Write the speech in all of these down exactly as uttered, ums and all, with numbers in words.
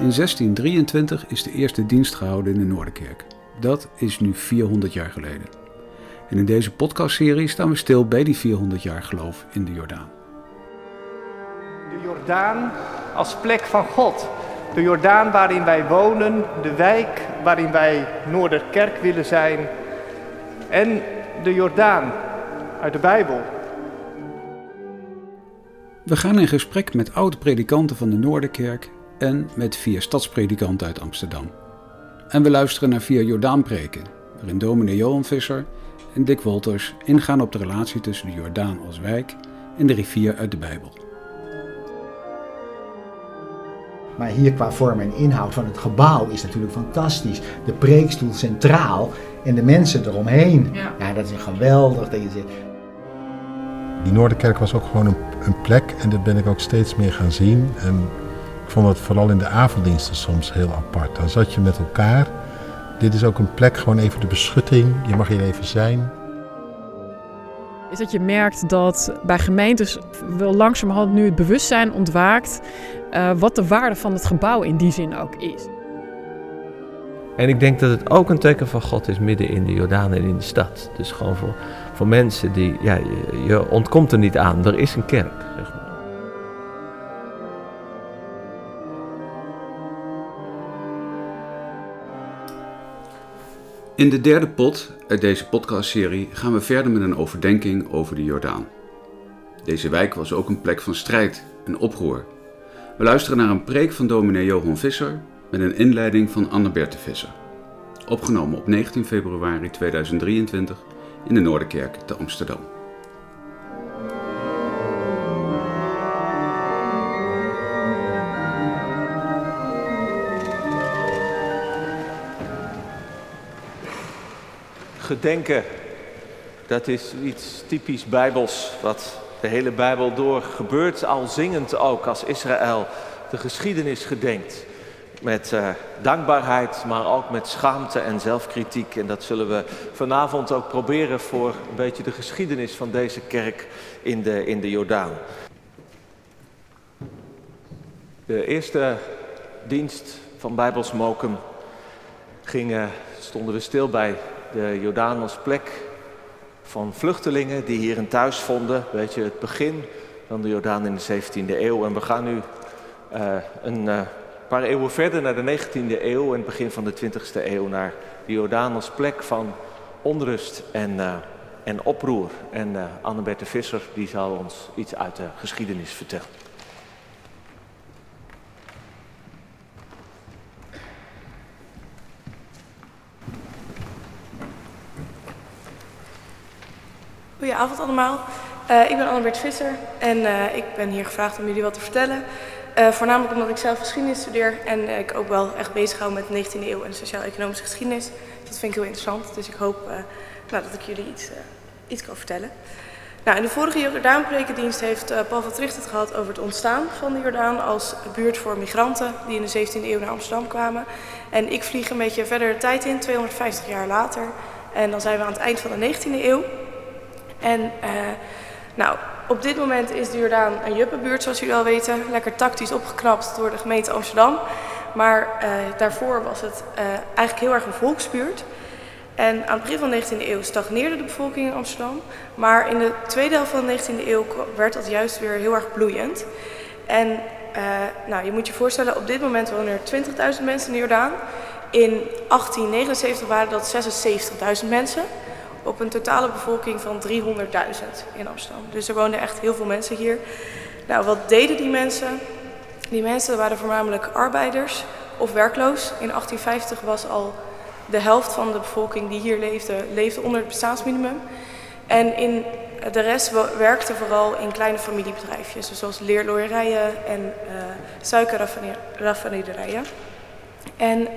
In zestien drieëntwintig is de eerste dienst gehouden in de Noorderkerk. Dat is nu vierhonderd jaar geleden. En in deze podcastserie staan we stil bij die vierhonderd jaar geloof in de Jordaan. De Jordaan als plek van God. De Jordaan waarin wij wonen, de wijk waarin wij Noorderkerk willen zijn. En de Jordaan uit de Bijbel. We gaan in gesprek met oude predikanten van de Noorderkerk en met vier stadspredikanten uit Amsterdam. En we luisteren naar vier Jordaanpreken, waarin dominee Johan Visser en Dick Wolters ingaan op de relatie tussen de Jordaan als wijk en de rivier uit de Bijbel. Maar hier qua vorm en inhoud van het gebouw is natuurlijk fantastisch. De preekstoel centraal en de mensen eromheen. Ja, ja dat is geweldig. Dat je zegt. Die Noorderkerk was ook gewoon een, een plek en dat ben ik ook steeds meer gaan zien. En ik vond het vooral in de avonddiensten soms heel apart. Dan zat je met elkaar. Dit is ook een plek, gewoon even de beschutting. Je mag hier even zijn. Is dat je merkt dat bij gemeentes wel langzamerhand nu het bewustzijn ontwaakt uh, wat de waarde van het gebouw in die zin ook is. En ik denk dat het ook een teken van God is midden in de Jordaan en in de stad. Dus gewoon voor, voor mensen die, ja, je, je ontkomt er niet aan. Er is een kerk, zeg maar. In de derde pot uit deze podcastserie gaan we verder met een overdenking over de Jordaan. Deze wijk was ook een plek van strijd en oproer. We luisteren naar een preek van dominee Johan Visser met een inleiding van Anne-Berthe Visser. Opgenomen op negentien februari tweeduizend drieëntwintig in de Noorderkerk te Amsterdam. Gedenken, dat is iets typisch Bijbels, wat de hele Bijbel door gebeurt, al zingend ook als Israël de geschiedenis gedenkt. Met uh, dankbaarheid, maar ook met schaamte en zelfkritiek. En dat zullen we vanavond ook proberen voor een beetje de geschiedenis van deze kerk in de, in de Jordaan. De eerste dienst van Bijbels Mokum ging, uh, stonden we stil bij de Jordaan als plek van vluchtelingen die hier een thuis vonden. Weet je, het begin van de Jordaan in de zeventiende eeuw. En we gaan nu uh, een uh, paar eeuwen verder naar de negentiende eeuw en het begin van de twintigste eeuw naar de Jordaan als plek van onrust en, uh, en oproer. En uh, Anne-Berthe Visser die zal ons iets uit de geschiedenis vertellen. Goedenavond allemaal. Uh, ik ben Anne-Berthe Visser en uh, ik ben hier gevraagd om jullie wat te vertellen. Uh, voornamelijk omdat ik zelf geschiedenis studeer en uh, ik ook wel echt bezig hou met de negentiende eeuw en de sociaal-economische geschiedenis. Dat vind ik heel interessant, dus ik hoop uh, nou, dat ik jullie iets, uh, iets kan vertellen. Nou, in de vorige Jordaanprekendienst heeft uh, Paul van Tricht het gehad over het ontstaan van de Jordaan als buurt voor migranten die in de zeventiende eeuw naar Amsterdam kwamen. En ik vlieg een beetje verder de tijd in, tweehonderdvijftig jaar later. En dan zijn we aan het eind van de negentiende eeuw. En uh, nou, op dit moment is de Jordaan een juppenbuurt, zoals jullie al weten. Lekker tactisch opgeknapt door de gemeente Amsterdam. Maar uh, daarvoor was het uh, eigenlijk heel erg een volksbuurt. En aan het begin van de negentiende eeuw stagneerde de bevolking in Amsterdam. Maar in de tweede helft van de negentiende eeuw werd dat juist weer heel erg bloeiend. En uh, nou, je moet je voorstellen, op dit moment wonen er twintigduizend mensen in de Jordaan. In achttien negenenzeventig waren dat zesenzeventigduizend mensen. Op een totale bevolking van driehonderdduizend in Amsterdam. Dus er woonden echt heel veel mensen hier. Nou, wat deden die mensen? Die mensen waren voornamelijk arbeiders of werkloos. In achttien vijftig was al de helft van de bevolking die hier leefde, leefde onder het bestaansminimum. En in de rest werkte vooral in kleine familiebedrijfjes, zoals leerlooierijen en uh, suikerraffinaderijen. En uh,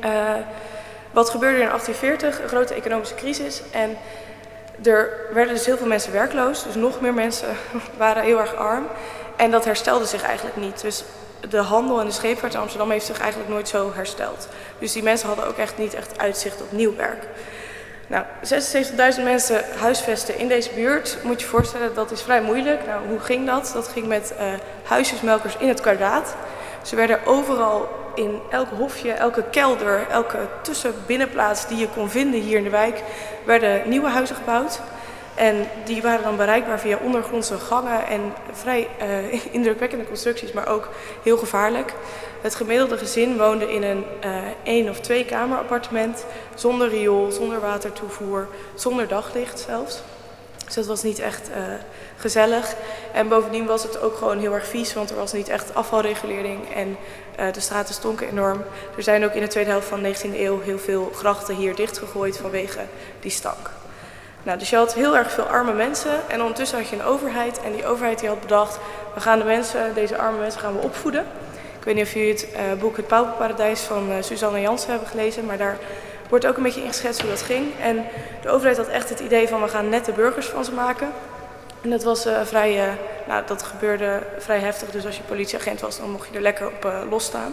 wat gebeurde er in achttien veertig? Een grote economische crisis. En er werden dus heel veel mensen werkloos, dus nog meer mensen waren heel erg arm. En dat herstelde zich eigenlijk niet. Dus de handel en de scheepvaart in Amsterdam heeft zich eigenlijk nooit zo hersteld. Dus die mensen hadden ook echt niet echt uitzicht op nieuw werk. Nou, zesenzeventigduizend mensen huisvesten in deze buurt, moet je je voorstellen, dat is vrij moeilijk. Nou, hoe ging dat? Dat ging met uh, huisjesmelkers in het kwadraat. Ze werden overal in elk hofje, elke kelder, elke tussenbinnenplaats die je kon vinden hier in de wijk, werden nieuwe huizen gebouwd. En die waren dan bereikbaar via ondergrondse gangen en vrij uh, indrukwekkende constructies, maar ook heel gevaarlijk. Het gemiddelde gezin woonde in een uh, één- of twee-kamer appartement, zonder riool, zonder watertoevoer, zonder daglicht zelfs. Dus dat was niet echt uh, gezellig. En bovendien was het ook gewoon heel erg vies, want er was niet echt afvalregulering en uh, de straten stonken enorm. Er zijn ook in de tweede helft van de negentiende eeuw heel veel grachten hier dichtgegooid vanwege die stank. Nou, dus je had heel erg veel arme mensen en ondertussen had je een overheid. En die overheid die had bedacht, we gaan de mensen, deze arme mensen gaan we opvoeden. Ik weet niet of jullie het uh, boek Het Pauperparadijs van uh, Suzanne Jansen hebben gelezen, maar daar wordt ook een beetje ingeschetst hoe dat ging. En de overheid had echt het idee van, we gaan nette burgers van ze maken. En dat was uh, vrij, uh, nou, dat gebeurde vrij heftig, dus als je politieagent was, dan mocht je er lekker op uh, losstaan.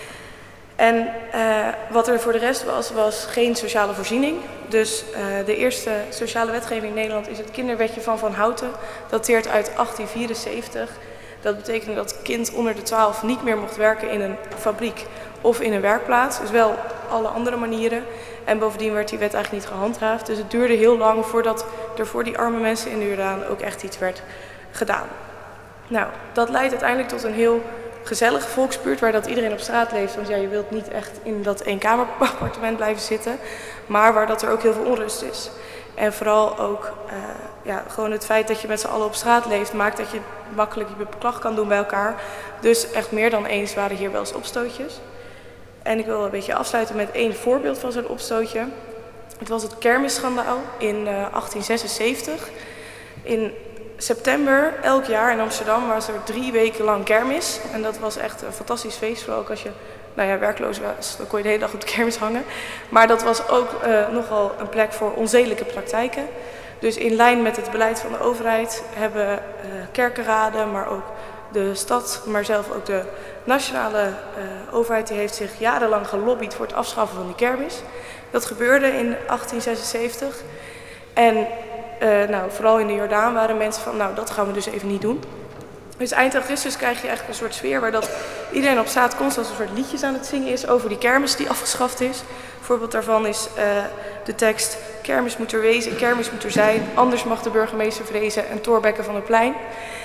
En uh, wat er voor de rest was, was geen sociale voorziening. Dus uh, de eerste sociale wetgeving in Nederland is het kinderwetje van Van Houten. Dat dateert uit achttien vierenzeventig. Dat betekende dat het kind onder de twaalf niet meer mocht werken in een fabriek of in een werkplaats. Dus wel alle andere manieren. En bovendien werd die wet eigenlijk niet gehandhaafd. Dus het duurde heel lang voordat er voor die arme mensen in de Jordaan ook echt iets werd gedaan. Nou, dat leidt uiteindelijk tot een heel gezellige volksbuurt waar dat iedereen op straat leeft. Want ja, je wilt niet echt in dat eenkamerappartement blijven zitten. Maar waar dat er ook heel veel onrust is. En vooral ook uh, ja, gewoon het feit dat je met z'n allen op straat leeft maakt dat je makkelijk je beklag kan doen bij elkaar. Dus echt meer dan eens waren hier wel eens opstootjes. En ik wil een beetje afsluiten met één voorbeeld van zo'n opstootje. Het was het kermisschandaal in uh, achttien zesenzeventig. In september elk jaar in Amsterdam was er drie weken lang kermis. En dat was echt een fantastisch feest, vooral ook als je nou ja, werkloos was, dan kon je de hele dag op de kermis hangen. Maar dat was ook uh, nogal een plek voor onzedelijke praktijken. Dus in lijn met het beleid van de overheid hebben uh, kerkenraden, maar ook de stad, maar zelf ook de nationale uh, overheid, die heeft zich jarenlang gelobbyd voor het afschaffen van die kermis. Dat gebeurde in achttien zesenzeventig. En uh, nou, vooral in de Jordaan waren mensen van, nou dat gaan we dus even niet doen. Dus eind augustus krijg je eigenlijk een soort sfeer waar dat iedereen op straat constant een soort liedjes aan het zingen is over die kermis die afgeschaft is. Een voorbeeld daarvan is uh, de tekst: kermis moet er wezen, kermis moet er zijn, anders mag de burgemeester vrezen en Thorbecke van het plein.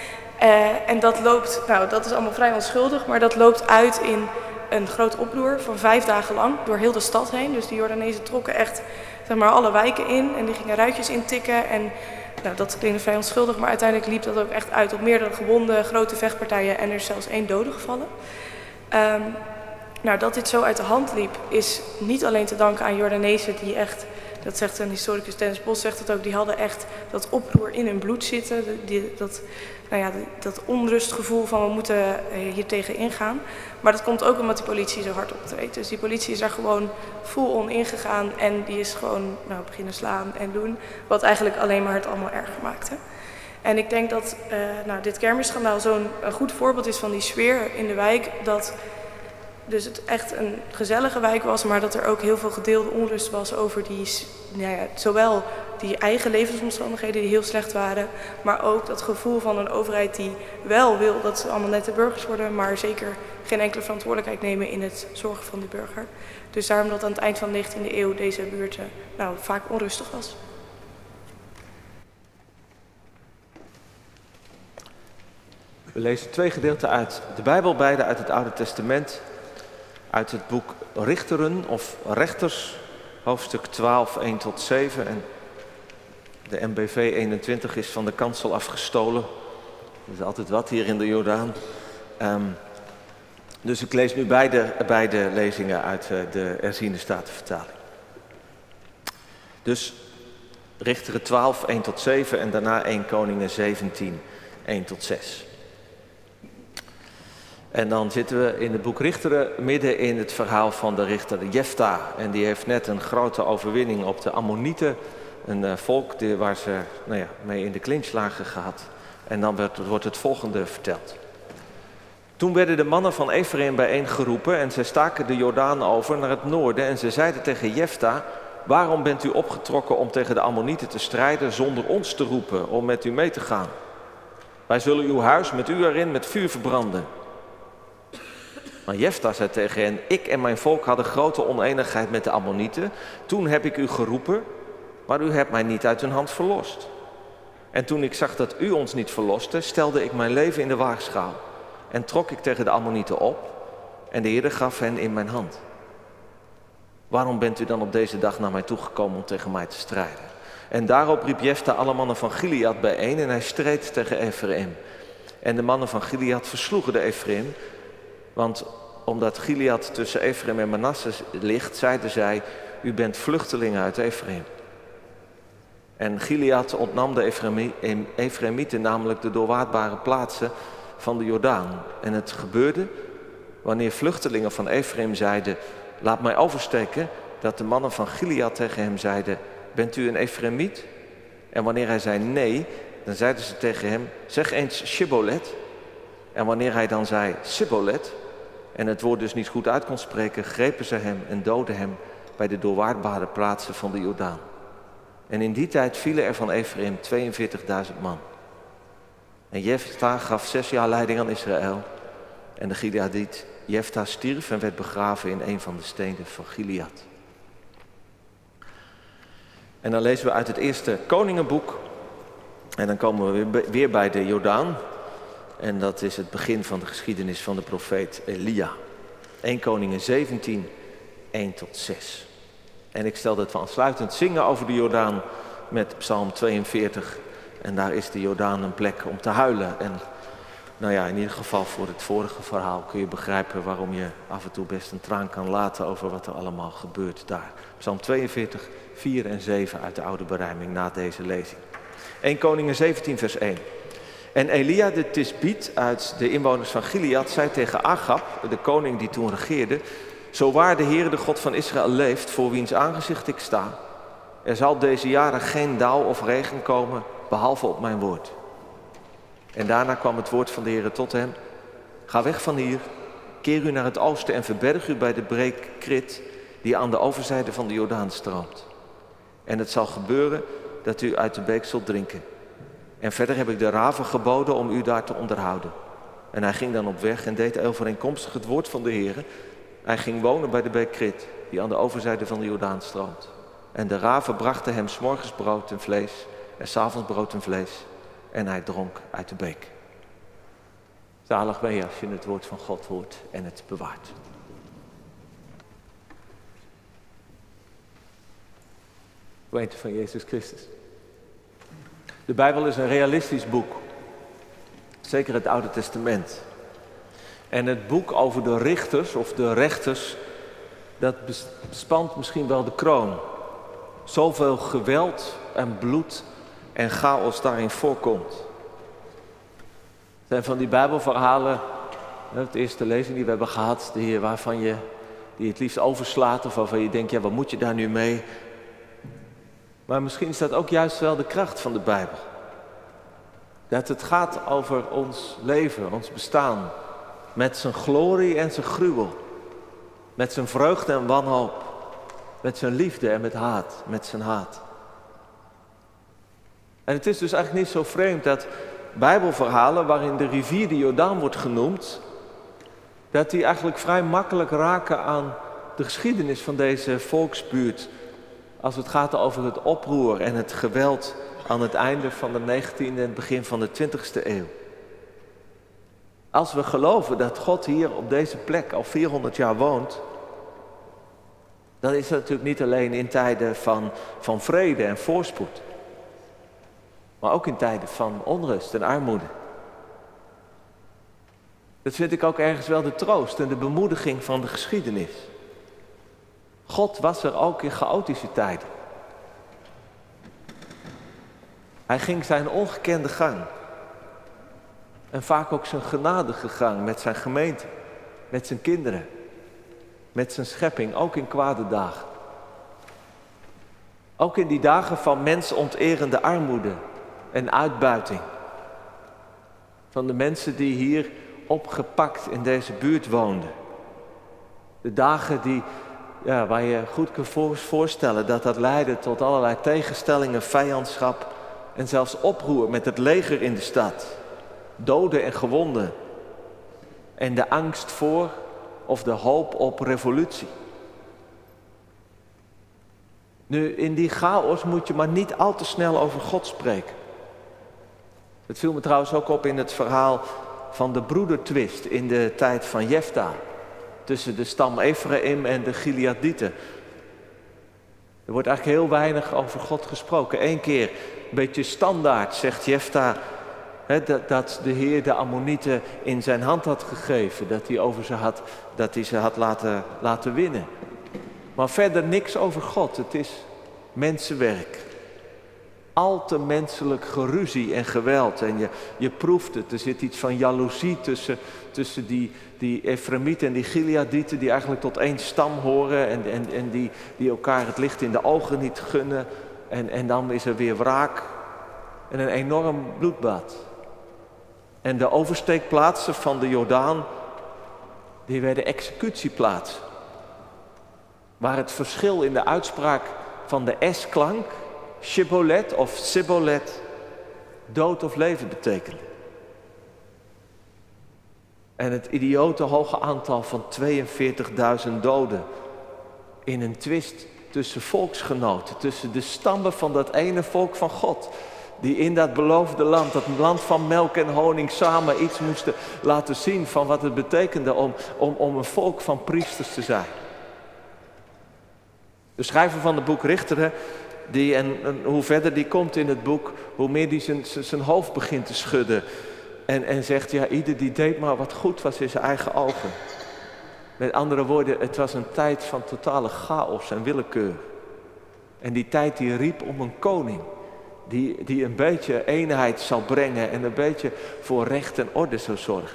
Uh, en dat loopt, nou dat is allemaal vrij onschuldig, maar dat loopt uit in een groot oproer van vijf dagen lang door heel de stad heen. Dus de Jordanezen trokken echt zeg maar, alle wijken in en die gingen ruitjes intikken. En nou, dat klinkt vrij onschuldig, maar uiteindelijk liep dat ook echt uit op meerdere gewonden, grote vechtpartijen en er is zelfs één dode gevallen. Um, nou, dat dit zo uit de hand liep is niet alleen te danken aan Jordanezen die echt, dat zegt een historicus, Dennis Bos zegt het ook, die hadden echt dat oproer in hun bloed zitten. Die, dat, nou ja, dat onrustgevoel van we moeten hier tegen ingaan. Maar dat komt ook omdat die politie zo hard optreedt. Dus die politie is daar gewoon full-on ingegaan en die is gewoon nou, beginnen slaan en doen. Wat eigenlijk alleen maar het allemaal erger maakte. En ik denk dat uh, nou, dit kermisschandaal zo'n goed voorbeeld is van die sfeer in de wijk. Dat dus het echt een gezellige wijk was, maar dat er ook heel veel gedeelde onrust was over die, nou ja, zowel die eigen levensomstandigheden die heel slecht waren, maar ook dat gevoel van een overheid die wel wil dat ze allemaal nette burgers worden, maar zeker geen enkele verantwoordelijkheid nemen in het zorgen van de burger. Dus daarom dat aan het eind van de negentiende eeuw deze buurt uh, nou, vaak onrustig was. We lezen twee gedeelten uit de Bijbel, beide uit het Oude Testament. Uit het boek Richteren of Rechters, hoofdstuk twaalf, één tot zeven. En de M B V eenentwintig is van de kansel afgestolen. Dat is altijd wat hier in de Jordaan. Um, dus ik lees nu beide, beide lezingen uit uh, de herziene statenvertaling. Dus Richteren twaalf, één tot zeven en daarna één Koningen zeventien, één tot zes. En dan zitten we in het boek Richteren midden in het verhaal van de richter Jefta. En die heeft net een grote overwinning op de Ammonieten. Een uh, volk die, waar ze nou ja, mee in de clinch lagen gehad. En dan werd, wordt het volgende verteld. Toen werden de mannen van Ephraim bijeengeroepen en zij staken de Jordaan over naar het noorden. En ze zeiden tegen Jefta: waarom bent u opgetrokken om tegen de Ammonieten te strijden zonder ons te roepen om met u mee te gaan? Wij zullen uw huis met u erin met vuur verbranden. Maar Jefta zei tegen hen, ik en mijn volk hadden grote oneenigheid met de Ammonieten. Toen heb ik u geroepen, maar u hebt mij niet uit hun hand verlost. En toen ik zag dat u ons niet verloste, stelde ik mijn leven in de waagschaal. En trok ik tegen de Ammonieten op en de Heer gaf hen in mijn hand. Waarom bent u dan op deze dag naar mij toegekomen om tegen mij te strijden? En daarop riep Jefta alle mannen van Gilead bijeen en hij streed tegen Ephraim. En de mannen van Gilead versloegen de Ephraim, want omdat Gilead tussen Ephraim en Manasse ligt, zeiden zij, u bent vluchtelingen uit Ephraim. En Gilead ontnam de Ephraimieten namelijk de doorwaadbare plaatsen van de Jordaan. En het gebeurde, wanneer vluchtelingen van Ephraim zeiden, laat mij oversteken, dat de mannen van Gilead tegen hem zeiden, bent u een Ephraimiet? En wanneer hij zei nee, dan zeiden ze tegen hem, zeg eens Shibbolet. En wanneer hij dan zei Sibbolet, en het woord dus niet goed uit kon spreken, grepen ze hem en doodden hem bij de doorwaadbare plaatsen van de Jordaan. En in die tijd vielen er van Ephraim tweeënveertigduizend man. En Jefta gaf zes jaar leiding aan Israël. En de Gileadiet Jefta stierf en werd begraven in een van de steden van Gilead. En dan lezen we uit het eerste Koningenboek. En dan komen we weer bij de Jordaan. En dat is het begin van de geschiedenis van de profeet Elia. eerste Koningen zeventien, één tot zes. En ik stel dat we aansluitend zingen over de Jordaan met Psalm tweeënveertig. En daar is de Jordaan een plek om te huilen. En nou ja, in ieder geval voor het vorige verhaal kun je begrijpen waarom je af en toe best een traan kan laten over wat er allemaal gebeurt daar. Psalm tweeënveertig, vier en zeven uit de oude berijming na deze lezing. eerste Koningen zeventien vers één. En Elia de Tisbiet uit de inwoners van Gilead zei tegen Agab, de koning die toen regeerde, zo waar de Heere de God van Israël leeft, voor wiens aangezicht ik sta, er zal deze jaren geen dauw of regen komen, behalve op mijn woord. En daarna kwam het woord van de Heere tot hem, ga weg van hier, keer u naar het oosten en verberg u bij de breek Krit, die aan de overzijde van de Jordaan stroomt. En het zal gebeuren dat u uit de beek zult drinken. En verder heb ik de raven geboden om u daar te onderhouden. En hij ging dan op weg en deed overeenkomstig het woord van de Heere. Hij ging wonen bij de beek Krit, die aan de overzijde van de Jordaan stroomt. En de raven brachten hem 's morgens brood en vlees en 's avonds brood en vlees. En hij dronk uit de beek. Zalig ben je als je het woord van God hoort en het bewaart. Gemeente van Jezus Christus. De Bijbel is een realistisch boek. Zeker het Oude Testament. En het boek over de richters of de rechters, dat bespant misschien wel de kroon. Zoveel geweld en bloed en chaos daarin voorkomt. Het zijn van die Bijbelverhalen, het eerste lezing die we hebben gehad, die, waarvan je die het liefst overslaat of waarvan je denkt, ja, wat moet je daar nu mee? Maar misschien is dat ook juist wel de kracht van de Bijbel. Dat het gaat over ons leven, ons bestaan. Met zijn glorie en zijn gruwel. Met zijn vreugde en wanhoop. Met zijn liefde en met haat, met zijn haat. En het is dus eigenlijk niet zo vreemd dat Bijbelverhalen waarin de rivier de Jordaan wordt genoemd, dat die eigenlijk vrij makkelijk raken aan de geschiedenis van deze volksbuurt. Als het gaat over het oproer en het geweld aan het einde van de negentiende en het begin van de twintigste eeuw. Als we geloven dat God hier op deze plek al vierhonderd jaar woont, dan is dat natuurlijk niet alleen in tijden van, van vrede en voorspoed, maar ook in tijden van onrust en armoede. Dat vind ik ook ergens wel de troost en de bemoediging van de geschiedenis. God was er ook in chaotische tijden. Hij ging zijn ongekende gang. En vaak ook zijn genadige gang met zijn gemeente, met zijn kinderen, met zijn schepping, ook in kwade dagen. Ook in die dagen van mensonterende armoede en uitbuiting. Van de mensen die hier opgepakt in deze buurt woonden. De dagen die, ja, waar je goed kunt voorstellen dat dat leidde tot allerlei tegenstellingen, vijandschap en zelfs oproer met het leger in de stad. Doden en gewonden. En de angst voor of de hoop op revolutie. Nu, in die chaos moet je maar niet al te snel over God spreken. Het viel me trouwens ook op in het verhaal van de broedertwist in de tijd van Jefta. Tussen de stam Ephraim en de Gileadieten. Er wordt eigenlijk heel weinig over God gesproken. Eén keer, een beetje standaard, zegt Jefta, hè, dat, dat de Heer de Ammonieten in zijn hand had gegeven. Dat hij, over ze, had, dat hij ze had laten, laten winnen. Maar verder niks over God. Het is mensenwerk. Al te menselijk geruzie en geweld. En je, je proeft het. Er zit iets van jaloezie tussen, tussen die, die Efraimieten en die Gileadieten, die eigenlijk tot één stam horen. En, en, en die, die elkaar het licht in de ogen niet gunnen. En, en dan is er weer wraak. En een enorm bloedbad. En de oversteekplaatsen van de Jordaan, die werden executieplaatsen. Waar het verschil in de uitspraak van de S-klank, shibboleth of sibboleth, dood of leven betekende. En het idiote hoge aantal van tweeënveertigduizend doden in een twist tussen volksgenoten, tussen de stammen van dat ene volk van God, die in dat beloofde land, dat land van melk en honing, samen iets moesten laten zien van wat het betekende om, om, om een volk van priesters te zijn. De schrijver van het boek Richteren, die, en, en hoe verder die komt in het boek, hoe meer die zijn, zijn hoofd begint te schudden. En, en zegt, ja, ieder die deed maar wat goed was in zijn eigen ogen. Met andere woorden, het was een tijd van totale chaos en willekeur. En die tijd die riep om een koning. Die, die een beetje eenheid zal brengen en een beetje voor recht en orde zou zorgen.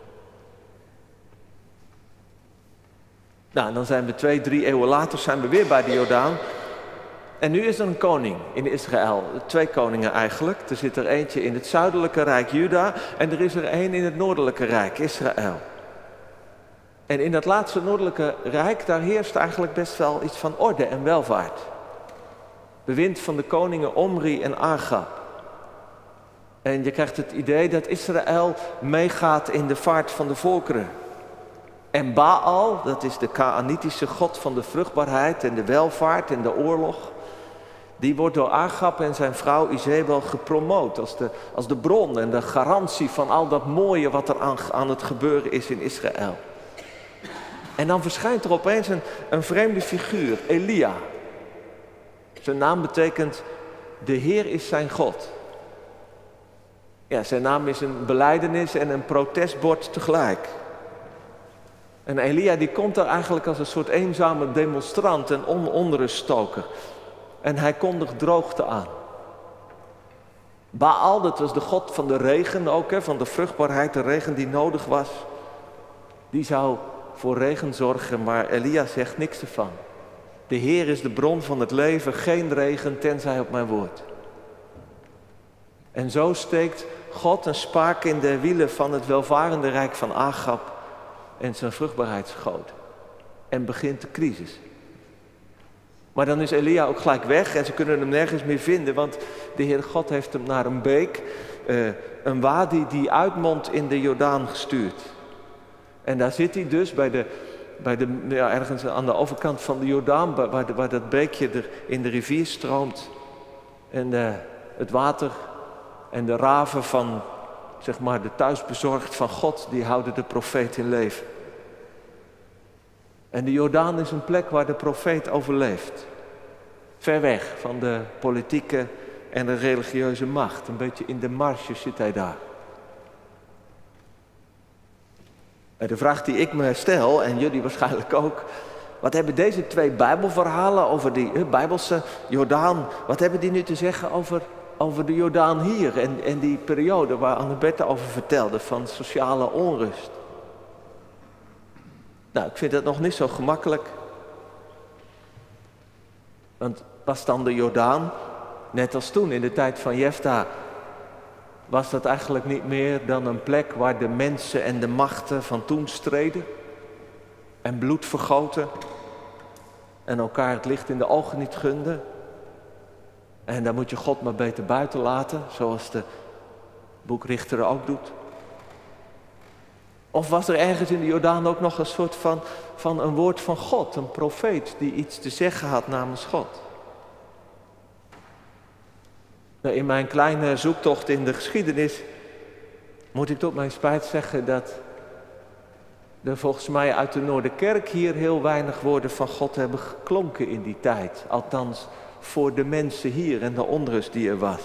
Nou, dan zijn we twee, drie eeuwen later zijn we weer bij de Jordaan. En nu is er een koning in Israël. Twee koningen eigenlijk. Er zit er eentje in het zuidelijke rijk Juda en er is er één in het noordelijke rijk Israël. En in dat laatste noordelijke rijk, daar heerst eigenlijk best wel iets van orde en welvaart. Bewind van de koningen Omri en Agab. En je krijgt het idee dat Israël meegaat in de vaart van de volkeren. En Baal, dat is de Kaanitische god van de vruchtbaarheid en de welvaart en de oorlog, die wordt door Agab en zijn vrouw Izebel gepromoot als de, als de bron en de garantie van al dat mooie wat er aan, aan het gebeuren is in Israël. En dan verschijnt er opeens een, een vreemde figuur, Elia. Zijn naam betekent, de Heer is zijn God. Ja, zijn naam is een belijdenis en een protestbord tegelijk. En Elia die komt daar eigenlijk als een soort eenzame demonstrant en on- onruststoker. En hij kondigt droogte aan. Baal, dat was de god van de regen ook, hè, van de vruchtbaarheid, de regen die nodig was. Die zou voor regen zorgen, maar Elia zegt niks ervan. De Heer is de bron van het leven, geen regen tenzij op mijn woord. En zo steekt God een spaak in de wielen van het welvarende rijk van Agab en zijn vruchtbaarheidsgoden. En begint de crisis. Maar dan is Elia ook gelijk weg en ze kunnen hem nergens meer vinden, want de Heer God heeft hem naar een beek, uh, een wadi die uitmondt in de Jordaan gestuurd. En daar zit hij dus bij de, bij de, ja, ergens aan de overkant van de Jordaan, waar, de, waar dat beekje er in de rivier stroomt. En uh, het water en de raven van, zeg maar, de thuisbezorgd van God, die houden de profeet in leven. En de Jordaan is een plek waar de profeet overleeft. Ver weg van de politieke en de religieuze macht. Een beetje in de marge zit hij daar. En de vraag die ik me stel, en jullie waarschijnlijk ook, wat hebben deze twee Bijbelverhalen over die uh, Bijbelse Jordaan, wat hebben die nu te zeggen over, over de Jordaan hier en, en die periode waar Annabette over vertelde van sociale onrust? Nou, ik vind dat nog niet zo gemakkelijk. Want was dan de Jordaan, net als toen in de tijd van Jefta, was dat eigenlijk niet meer dan een plek waar de mensen en de machten van toen streden en bloed vergoten en elkaar het licht in de ogen niet gunden. En daar moet je God maar beter buiten laten, zoals de boek Richteren ook doet. Of was er ergens in de Jordaan ook nog een soort van, van een woord van God, een profeet die iets te zeggen had namens God? Nou, in mijn kleine zoektocht in de geschiedenis moet ik tot mijn spijt zeggen dat er volgens mij uit de Noorderkerk hier heel weinig woorden van God hebben geklonken in die tijd. Althans voor de mensen hier en de onrust die er was.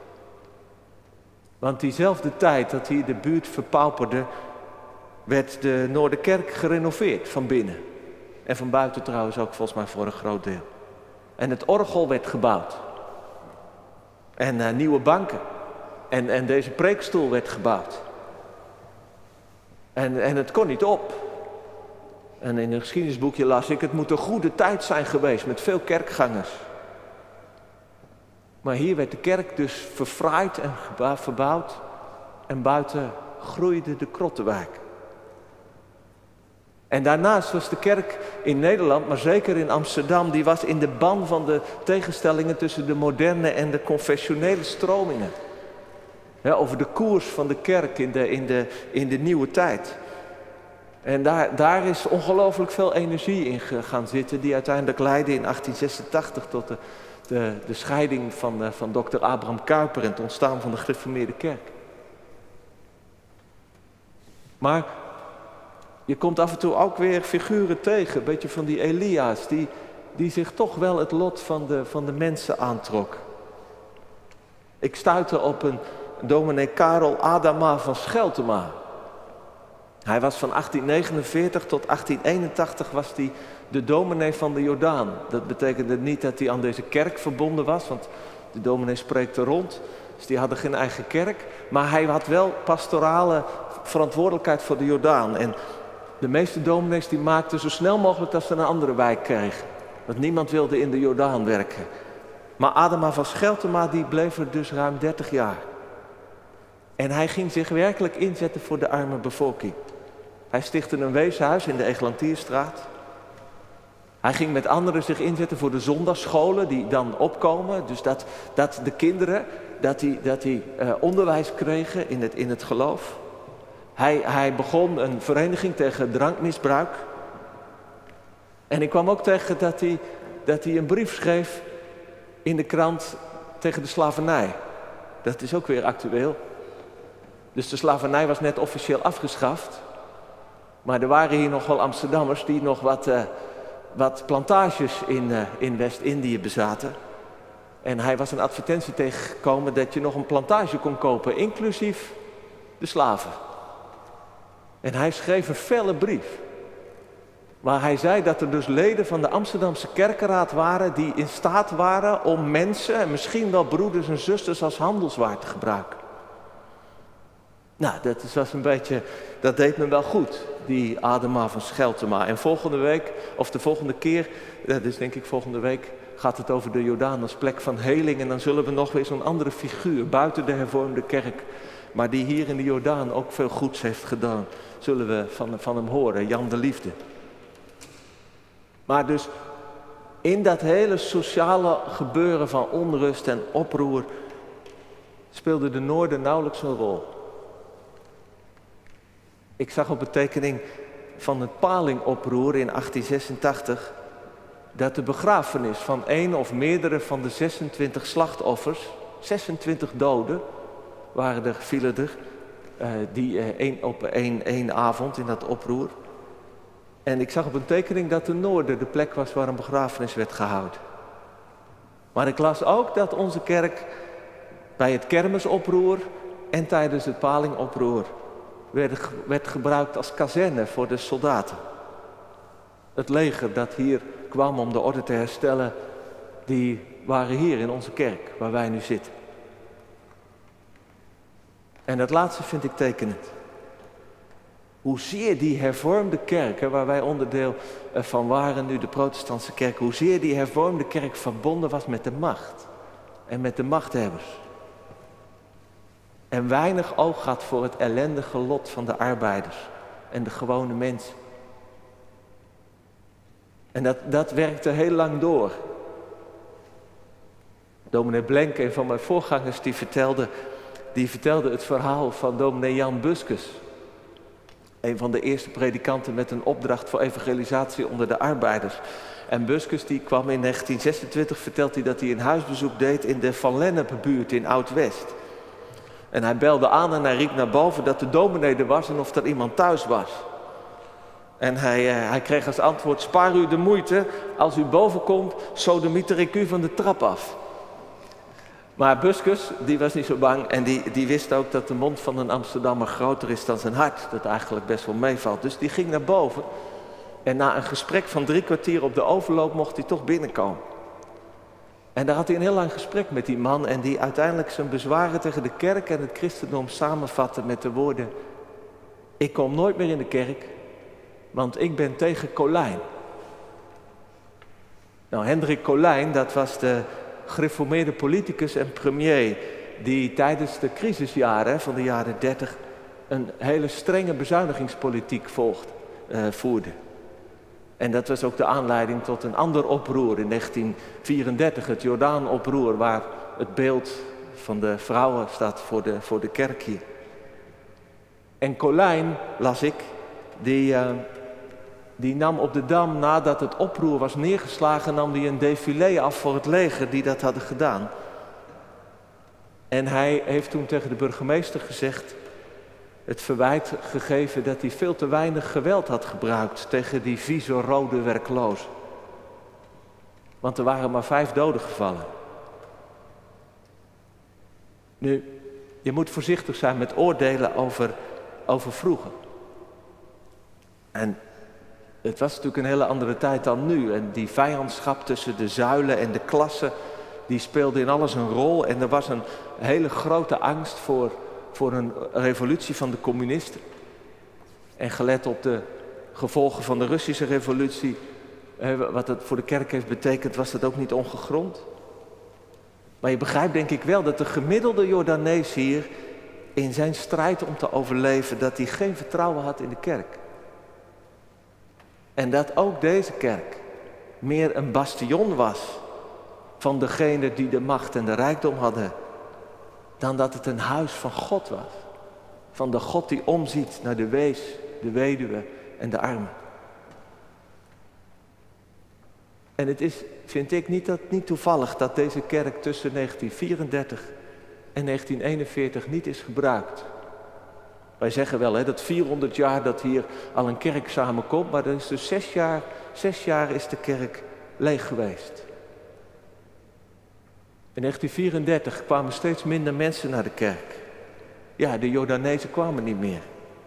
Want diezelfde tijd dat hier de buurt verpauperde, werd de Noorderkerk gerenoveerd van binnen. En van buiten trouwens ook volgens mij voor een groot deel. En het orgel werd gebouwd. En uh, nieuwe banken. En, en deze preekstoel werd gebouwd. En, en het kon niet op. En in een geschiedenisboekje las ik, het moet een goede tijd zijn geweest met veel kerkgangers. Maar hier werd de kerk dus verfraaid en verbouwd. En buiten groeide de Krottenwijk. En daarnaast was de kerk in Nederland, maar zeker in Amsterdam, die was in de ban van de tegenstellingen tussen de moderne en de confessionele stromingen. Ja, over de koers van de kerk in de, in de, in de nieuwe tijd. En daar, daar is ongelooflijk veel energie in gaan zitten, die uiteindelijk leidde in achttien zesentachtig tot de, de, de scheiding van, de, van dokter Abraham Kuyper en het ontstaan van de gereformeerde kerk. Maar je komt af en toe ook weer figuren tegen, een beetje van die Elia's, die, die zich toch wel het lot van de, van de mensen aantrok. Ik stuitte op een dominee Karel Adama van Scheltema. Hij was van achttien negenenveertig tot achttien eenentachtig was hij de dominee van de Jordaan. Dat betekende niet dat hij aan deze kerk verbonden was, want de dominee spreekte rond. Dus die hadden geen eigen kerk. Maar hij had wel pastorale verantwoordelijkheid voor de Jordaan. En de meeste dominees die maakten zo snel mogelijk dat ze een andere wijk kregen. Want niemand wilde in de Jordaan werken. Maar Adama van Scheltema die bleef er dus ruim dertig jaar. En hij ging zich werkelijk inzetten voor de arme bevolking. Hij stichtte een weeshuis in de Eglantierstraat. Hij ging met anderen zich inzetten voor de zondagsscholen die dan opkomen. Dus dat, dat de kinderen dat die, dat die, uh, onderwijs kregen in het, in het geloof. Hij, hij begon een vereniging tegen drankmisbruik. En ik kwam ook tegen dat hij, dat hij een brief schreef in de krant tegen de slavernij. Dat is ook weer actueel. Dus de slavernij was net officieel afgeschaft. Maar er waren hier nog wel Amsterdammers die nog wat, uh, wat plantages in, uh, in West-Indië bezaten. En hij was een advertentie tegengekomen dat je nog een plantage kon kopen, inclusief de slaven. En hij schreef een felle brief. Maar hij zei dat er dus leden van de Amsterdamse kerkenraad waren die in staat waren om mensen, en misschien wel broeders en zusters, als handelswaar te gebruiken. Nou, dat was een beetje, dat deed me wel goed, die Adama van Scheltema. En volgende week, of de volgende keer, dat is denk ik volgende week, gaat het over de Jordaan als plek van heling. En dan zullen we nog weer zo'n andere figuur buiten de hervormde kerk, maar die hier in de Jordaan ook veel goeds heeft gedaan, zullen we van, van hem horen, Jan de Liefde. Maar dus in dat hele sociale gebeuren van onrust en oproer speelde de Noorden nauwelijks een rol. Ik zag op een tekening van het Palingoproer in achttien zesentachtig dat de begrafenis van één of meerdere van de zesentwintig slachtoffers, zesentwintig doden waren er, vielen er, uh, die uh, een, op één, één avond in dat oproer. En ik zag op een tekening dat de Noorden de plek was waar een begrafenis werd gehouden. Maar ik las ook dat onze kerk bij het kermisoproer en tijdens het Palingoproer werd, werd gebruikt als kazerne voor de soldaten. Het leger dat hier kwam om de orde te herstellen, die waren hier in onze kerk, waar wij nu zitten. En dat laatste vind ik tekenend. Hoezeer die hervormde kerk, waar wij onderdeel van waren, nu de protestantse kerk, hoezeer die hervormde kerk verbonden was met de macht en met de machthebbers. En weinig oog had voor het ellendige lot van de arbeiders en de gewone mensen. En dat, dat werkte heel lang door. Dominee Blenk, een van mijn voorgangers, die vertelde, die vertelde het verhaal van dominee Jan Buskus. een van de eerste predikanten met een opdracht voor evangelisatie onder de arbeiders. En Buscus die kwam in negentien zesentwintig, vertelt hij dat hij een huisbezoek deed in de Van Lennep-buurt in Oud-West. En hij belde aan en hij riep naar boven dat de dominee er was en of er iemand thuis was. En hij, uh, hij kreeg als antwoord: spaar u de moeite, als u boven komt, sodemieter ik u van de trap af. Maar Buscus, die was niet zo bang en die, die wist ook dat de mond van een Amsterdammer groter is dan zijn hart. Dat eigenlijk best wel meevalt. Dus die ging naar boven en na een gesprek van drie kwartier op de overloop mocht hij toch binnenkomen. En daar had hij een heel lang gesprek met die man en die uiteindelijk zijn bezwaren tegen de kerk en het christendom samenvatte met de woorden: ik kom nooit meer in de kerk, want ik ben tegen Colijn. Nou, Hendrik Colijn, dat was de gereformeerde politicus en premier die tijdens de crisisjaren van de jaren dertig een hele strenge bezuinigingspolitiek volgde, uh, voerde. En dat was ook de aanleiding tot een ander oproer in negentien vierendertig, het Jordaan-oproer, waar het beeld van de vrouwen staat voor de, voor de kerk hier. En Colijn, las ik, die, uh, die nam op de Dam, nadat het oproer was neergeslagen, nam hij een défilé af voor het leger die dat hadden gedaan. En hij heeft toen tegen de burgemeester gezegd, het verwijt gegeven dat hij veel te weinig geweld had gebruikt tegen die vieze rode werklozen. Want er waren maar vijf doden gevallen. Nu, je moet voorzichtig zijn met oordelen over, over vroeger. En het was natuurlijk een hele andere tijd dan nu. En die vijandschap tussen de zuilen en de klassen, die speelde in alles een rol. En er was een hele grote angst voor, voor een revolutie van de communisten. En gelet op de gevolgen van de Russische revolutie, wat het voor de kerk heeft betekend, was dat ook niet ongegrond. Maar je begrijpt denk ik wel dat de gemiddelde Jordanees hier in zijn strijd om te overleven, dat hij geen vertrouwen had in de kerk. En dat ook deze kerk meer een bastion was van degene die de macht en de rijkdom hadden, dan dat het een huis van God was. Van de God die omziet naar de wees, de weduwe en de armen. En het is, vind ik, niet, dat, niet toevallig dat deze kerk tussen negentien vierendertig en negentien eenenveertig niet is gebruikt. Wij zeggen wel hè, dat vierhonderd jaar dat hier al een kerk samenkomt, maar er is dus zes jaar, zes jaar is de kerk leeg geweest. In negentien vierendertig kwamen steeds minder mensen naar de kerk. Ja, de Jordanezen kwamen niet meer.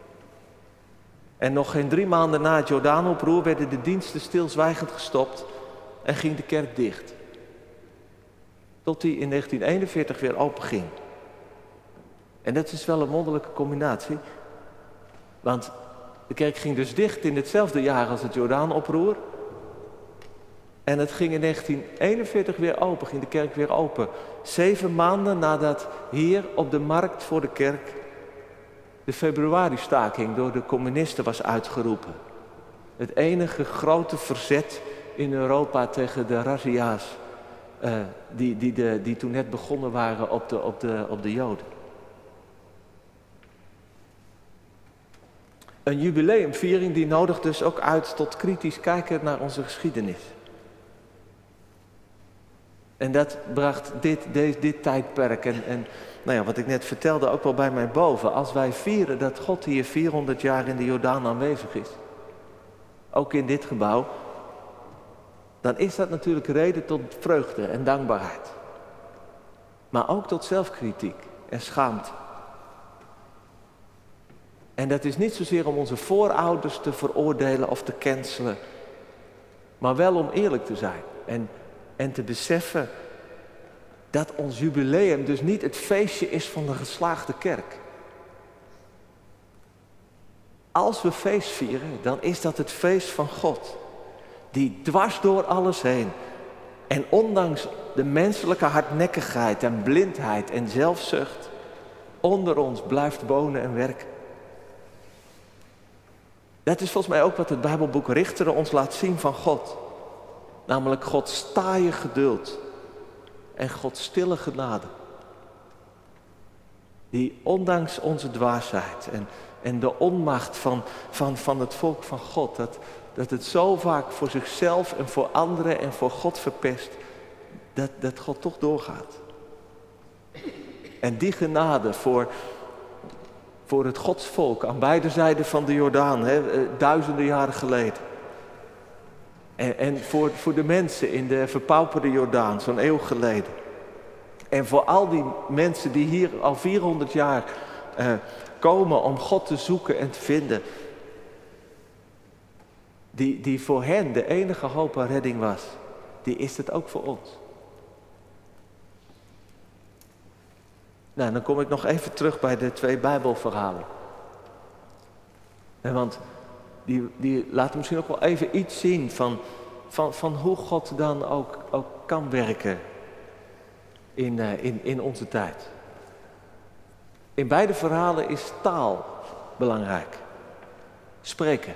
En nog geen drie maanden na het Jordaanoproer werden de diensten stilzwijgend gestopt en ging de kerk dicht. Tot die in negentien eenenveertig weer open ging. En dat is wel een wonderlijke combinatie. Want de kerk ging dus dicht in hetzelfde jaar als het Jordaanoproer. En het ging in negentien eenenveertig weer open, ging de kerk weer open. Zeven maanden nadat hier op de markt voor de kerk de februari-staking door de communisten was uitgeroepen. Het enige grote verzet in Europa tegen de razzia's uh, die, die, de, die toen net begonnen waren op de, op de, op de Joden. Een jubileumviering die nodigt dus ook uit tot kritisch kijken naar onze geschiedenis. En dat bracht dit, dit, dit tijdperk en, en nou ja, wat ik net vertelde ook wel bij mij boven. Als wij vieren dat God hier vierhonderd jaar in de Jordaan aanwezig is, ook in dit gebouw, dan is dat natuurlijk reden tot vreugde en dankbaarheid. Maar ook tot zelfkritiek en schaamte. En dat is niet zozeer om onze voorouders te veroordelen of te cancelen, maar wel om eerlijk te zijn en, en te beseffen dat ons jubileum dus niet het feestje is van de geslaagde kerk. Als we feest vieren, dan is dat het feest van God, die dwars door alles heen en ondanks de menselijke hardnekkigheid en blindheid en zelfzucht onder ons blijft wonen en werken. Dat is volgens mij ook wat het Bijbelboek Richteren ons laat zien van God. Namelijk Gods taaie geduld en Gods stille genade. Die ondanks onze dwaasheid en en de onmacht van, van, van het volk van God. Dat, dat het zo vaak voor zichzelf en voor anderen en voor God verpest, dat, dat God toch doorgaat. En die genade voor, voor het godsvolk aan beide zijden van de Jordaan, hè, duizenden jaren geleden. En, en voor, voor de mensen in de verpauperde Jordaan, zo'n eeuw geleden. En voor al die mensen die hier al vierhonderd jaar uh, komen om God te zoeken en te vinden. Die, die voor hen de enige hoop en redding was. Die is het ook voor ons. Nou, dan kom ik nog even terug bij de twee Bijbelverhalen. En want die, die laten misschien ook wel even iets zien van, van, van hoe God dan ook, ook kan werken in, uh, in, in onze tijd. In beide verhalen is taal belangrijk. Spreken.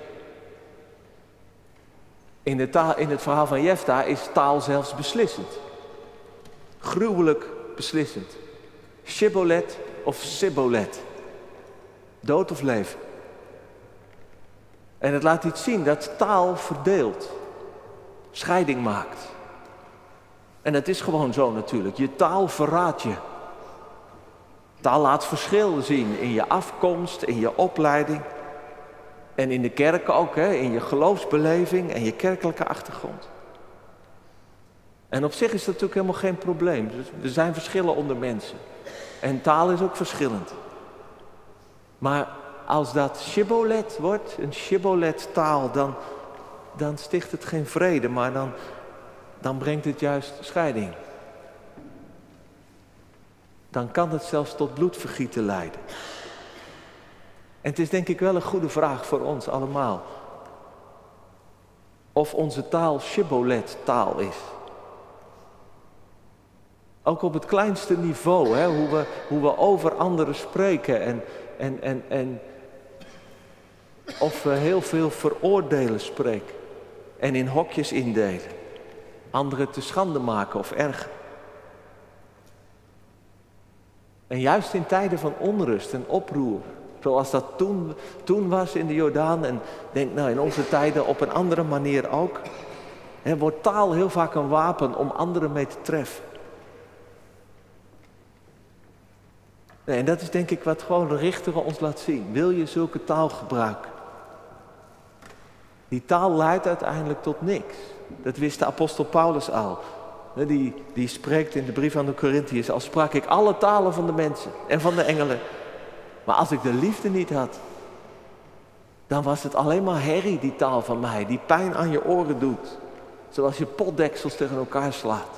In, de taal, in het verhaal van Jefta is taal zelfs beslissend. Gruwelijk beslissend. Shibbolet of Sibbolet. Dood of leven. En het laat iets zien dat taal verdeelt. Scheiding maakt. En het is gewoon zo natuurlijk. Je taal verraadt je. Taal laat verschil zien in je afkomst, in je opleiding. En in de kerk ook, hè, in je geloofsbeleving en je kerkelijke achtergrond. En op zich is dat natuurlijk helemaal geen probleem. Er zijn verschillen onder mensen. En taal is ook verschillend. Maar als dat shibbolet wordt, een shibbolet taal, dan, dan sticht het geen vrede, maar dan, dan brengt het juist scheiding. Dan kan het zelfs tot bloedvergieten leiden. En het is denk ik wel een goede vraag voor ons allemaal. Of onze taal shibbolet taal is. Ook op het kleinste niveau, hè, hoe, we, hoe we over anderen spreken en, en, en, en of we heel veel veroordelen spreken en in hokjes indelen. Anderen te schande maken of erger. En juist in tijden van onrust en oproer, zoals dat toen, toen was in de Jordaan en denk nou in onze tijden op een andere manier ook, hè, wordt taal heel vaak een wapen om anderen mee te treffen. Nee, en dat is denk ik wat gewoon de Richter ons laat zien. Wil je zulke taal gebruiken? Die taal leidt uiteindelijk tot niks. Dat wist de apostel Paulus al. Die, die spreekt in de brief aan de Korintiërs. Al sprak ik alle talen van de mensen en van de engelen. Maar als ik de liefde niet had, dan was het alleen maar herrie, die taal van mij. Die pijn aan je oren doet. Zoals je potdeksels tegen elkaar slaat.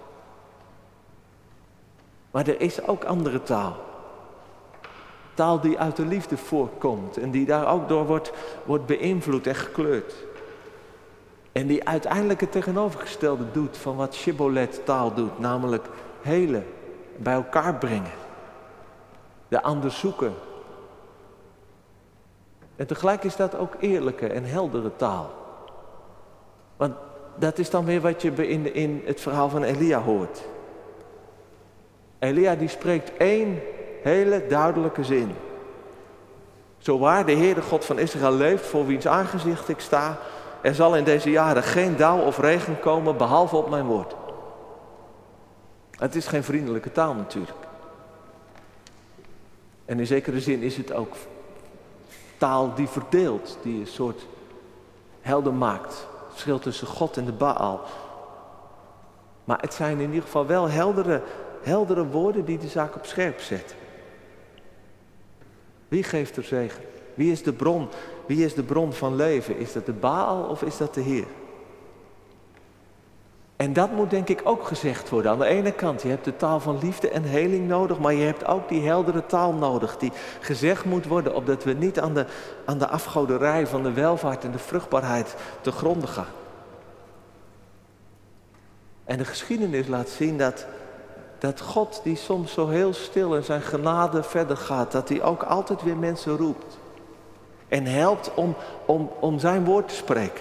Maar er is ook andere taal. Taal die uit de liefde voorkomt en die daar ook door wordt, wordt beïnvloed en gekleurd. En die uiteindelijk het tegenovergestelde doet van wat shibbolet taal doet. Namelijk helen, bij elkaar brengen. De ander zoeken. En tegelijk is dat ook eerlijke en heldere taal. Want dat is dan weer wat je in, in het verhaal van Elia hoort. Elia die spreekt één hele duidelijke zin. Zo waar de Heer, de God van Israël leeft, voor wiens aangezicht ik sta, er zal in deze jaren geen dauw of regen komen, behalve op mijn woord. Het is geen vriendelijke taal natuurlijk. En in zekere zin is het ook taal die verdeelt, die een soort helder maakt. Het verschil tussen God en de Baal. Maar het zijn in ieder geval wel heldere, heldere woorden die de zaak op scherp zetten. Wie geeft er zegen? Wie is de bron? Wie is de bron van leven? Is dat de Baal of is dat de Heer? En dat moet denk ik ook gezegd worden. Aan de ene kant, je hebt de taal van liefde en heling nodig, maar je hebt ook die heldere taal nodig, die gezegd moet worden, opdat we niet aan de, aan de afgoderij van de welvaart en de vruchtbaarheid te gronde gaan. En de geschiedenis laat zien dat, dat God, die soms zo heel stil in zijn genade verder gaat, dat hij ook altijd weer mensen roept. En helpt om, om, om zijn woord te spreken.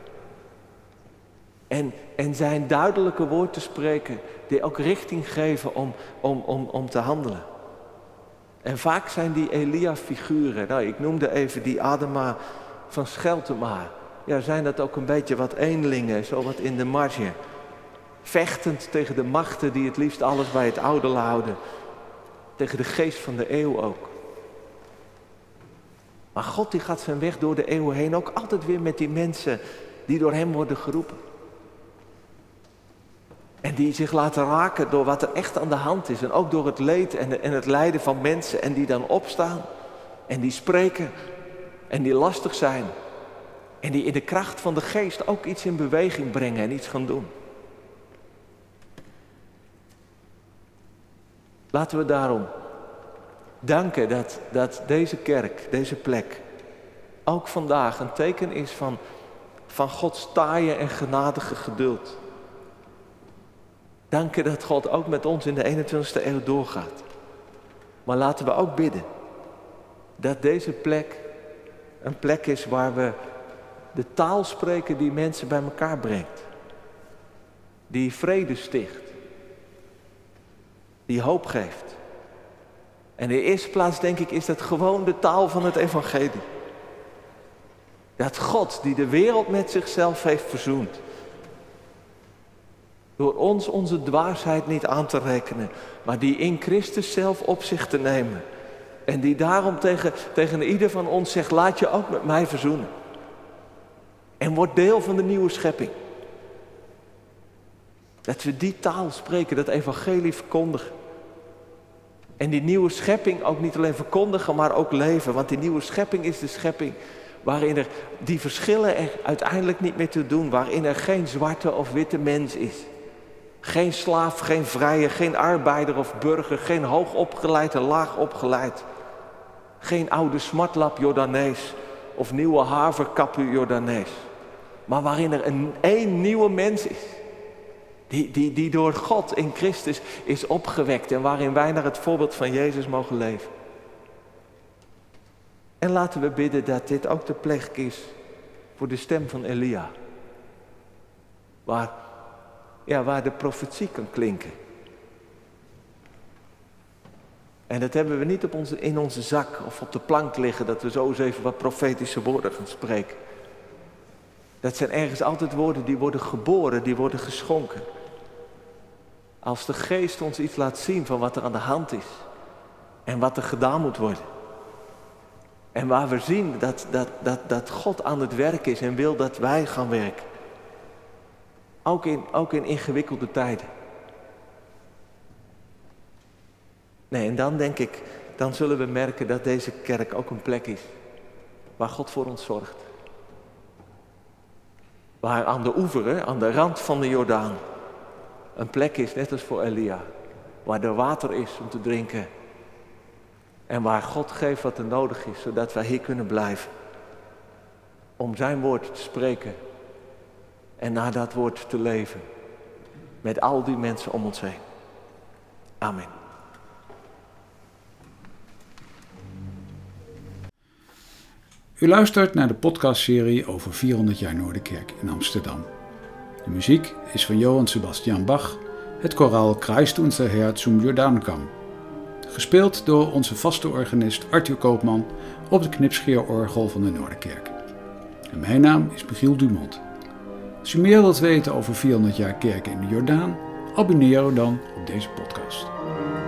En, en zijn duidelijke woord te spreken, die ook richting geven om, om, om, om te handelen. En vaak zijn die Elia-figuren, nou ik noemde even die Adema van Scheltema. Ja, zijn dat ook een beetje wat eenlingen, zo wat in de marge. Vechtend tegen de machten die het liefst alles bij het oude houden. Tegen de geest van de eeuw ook. Maar God die gaat zijn weg door de eeuwen heen ook altijd weer met die mensen die door hem worden geroepen. En die zich laten raken door wat er echt aan de hand is. En ook door het leed en, de, en het lijden van mensen. En die dan opstaan. En die spreken. En die lastig zijn. En die in de kracht van de geest ook iets in beweging brengen en iets gaan doen. Laten we daarom danken dat, dat deze kerk, deze plek, ook vandaag een teken is van, van Gods taaie en genadige geduld. Danken dat God ook met ons in de eenentwintigste eeuw doorgaat. Maar laten we ook bidden dat deze plek een plek is waar we de taal spreken die mensen bij elkaar brengt. Die vrede sticht. Die hoop geeft. En in de eerste plaats denk ik is dat gewoon de taal van het evangelie. Dat God die de wereld met zichzelf heeft verzoend. Door ons onze dwaasheid niet aan te rekenen. Maar die in Christus zelf op zich te nemen. En die daarom tegen, tegen ieder van ons zegt, laat je ook met mij verzoenen. En word deel van de nieuwe schepping. Dat we die taal spreken, dat evangelie verkondigen. En die nieuwe schepping ook niet alleen verkondigen, maar ook leven. Want die nieuwe schepping is de schepping waarin er die verschillen er uiteindelijk niet meer te doen. Waarin er geen zwarte of witte mens is. Geen slaaf, geen vrije, geen arbeider of burger. Geen hoogopgeleid en laagopgeleid. Geen oude smartlap Jordanees of nieuwe haverkapu Jordanees. Maar waarin er een één nieuwe mens is. Die, die, die door God in Christus is opgewekt en waarin wij naar het voorbeeld van Jezus mogen leven. En laten we bidden dat dit ook de plek is voor de stem van Elia. Waar, ja, waar de profetie kan klinken. En dat hebben we niet op onze, in onze zak of op de plank liggen, dat we zo eens even wat profetische woorden gaan spreken. Dat zijn ergens altijd woorden die worden geboren, die worden geschonken. Als de geest ons iets laat zien van wat er aan de hand is. En wat er gedaan moet worden. En waar we zien dat, dat, dat, dat God aan het werk is en wil dat wij gaan werken. Ook in, ook in ingewikkelde tijden. Nee, en dan denk ik, dan zullen we merken dat deze kerk ook een plek is. Waar God voor ons zorgt. Waar aan de oever, aan de rand van de Jordaan, een plek is, net als voor Elia. Waar er water is om te drinken. En waar God geeft wat er nodig is, zodat wij hier kunnen blijven. Om zijn woord te spreken. En naar dat woord te leven. Met al die mensen om ons heen. Amen. U luistert naar de podcastserie over vierhonderd jaar Noorderkerk in Amsterdam. De muziek is van Johann Sebastian Bach, het koraal Kreist unser Herz zum Jordaankamm. Gespeeld door onze vaste organist Arthur Koopman op de knipscheerorgel van de Noorderkerk. En mijn naam is Michiel Dumont. Als u meer wilt weten over vierhonderd jaar kerken in de Jordaan, abonneer u dan op deze podcast.